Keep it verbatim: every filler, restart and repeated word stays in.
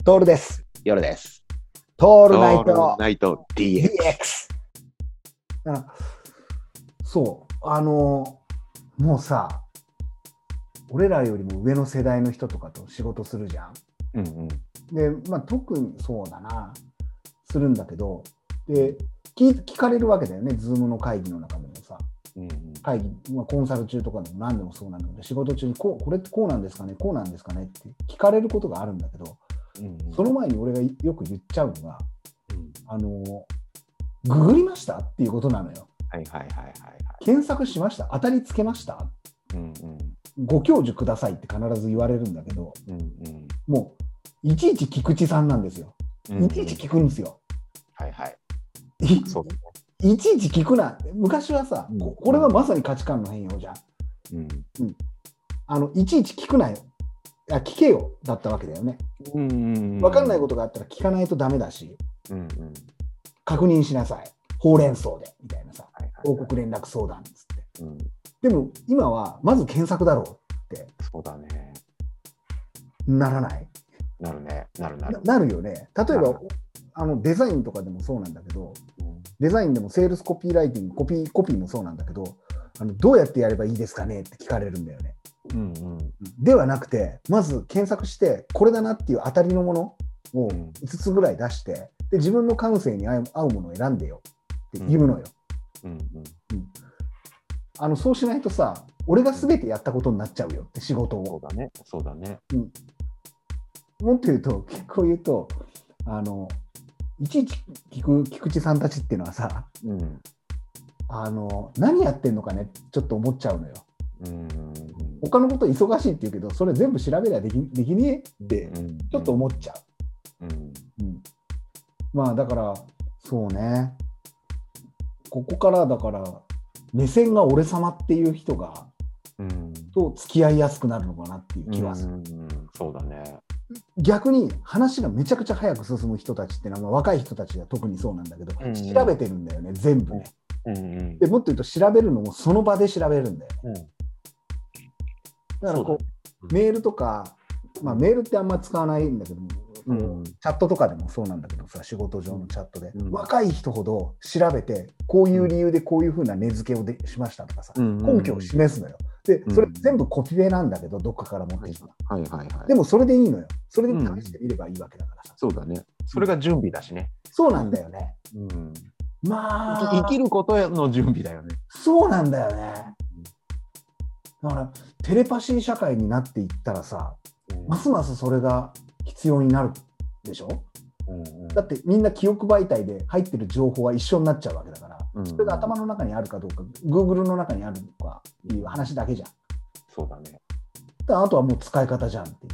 トールです。 夜です。 トールナイオールトナイト ディーエックス。 ディーエックス。あそう、あの、もうさ、俺らよりも上の世代の人とかと仕事するじゃん。 うんうん。 で、まあ、特にそうだな、するんだけど、で、聞、聞かれるわけだよね、ズームの会議の中でもさ。 うんうん、 会議、まあ、コンサル中とかでも何でもそうなんだけど、仕事中にこう、これってこうなんですかね、こうなんですかねって聞かれることがあるんだけど、うんうん、その前に俺がよく言っちゃうのが、うん、あの、ググりましたっていうことなのよ。 はいはいはいはい、はい。 検索しました、当たりつけました、うんうん、ご教授くださいって必ず言われるんだけど、うんうん、もういちいち菊池さんなんですよ。いちいち聞くんですよ。 うんうん、はいはい。 い, そうね、いちいち聞くな。昔はさ、うん、これはまさに価値観の変容じゃん。うんうん、あのいちいち聞くなよ。いや聞けよだったわけだよね。うんうんうん、分かんないことがあったら聞かないとダメだし、うんうん、確認しなさい。ほうれん草でみたいなさ、はいはいはい、報告連絡相談っつって、うん、でも今はまず検索だろうって。 そうだね。 ならない？ なるね。なるなる。 な, なるよね。例えばあのデザインとかでもそうなんだけど、うん、デザインでもセールスコピーライティング、コピーコピーもそうなんだけど、あのどうやってやればいいですかねって聞かれるんだよね。うんうん、ではなくて、まず検索してこれだなっていう当たりのものをいつつぐらい出して、で自分の感性に合うものを選んでよって言うのよ。うんうんうん、あのそうしないとさ、俺が全てやったことになっちゃうよって仕事を。 そうだね、そうだね。 うん、もっと言うと、結構言うと、あのいちいち聞く菊池さんたちっていうのはさ、うん、あの何やってんのかねちょっと思っちゃうのよ。うん、他のこと忙しいって言うけど、それ全部調べりゃでき、できねえってちょっと思っちゃう。うんうん、まあだからそうね、ここからだから目線が俺様っていう人が、うん、と付き合いやすくなるのかなっていう気はする。うんうん、 そうだね。 逆に話がめちゃくちゃ早く進む人たちってのは、若い人たちは特にそうなんだけど、うんうん、調べてるんだよね全部ね、うんうん、でもっと言うと調べるのもその場で調べるんだよね、うん、だからこう、うん、メールとか、まあ、メールってあんま使わないんだけども、うん、チャットとかでもそうなんだけどさ、仕事上のチャットで、うん、若い人ほど調べてこういう理由でこういうふうな値付けをでしましたとかさ、うん、根拠を示すのよ。でそれ全部コピペなんだけど、どっかから持ってきた、はいはいはい、でもそれでいいのよ。それで試してみればいいわけだからさ、 うん、そうだね。それが準備だしね。 そうなんだよね、うん、まあ生きることの準備だよね。 そうなんだよね。だからテレパシー社会になっていったらさ、うん、ますますそれが必要になるでしょ、うんうん、だってみんな記憶媒体で入ってる情報は一緒になっちゃうわけだから、うんうん、それが頭の中にあるかどうか Google の中にあるのかっていう話だけじゃん。 そうだね。 だあとはもう使い方じゃんってい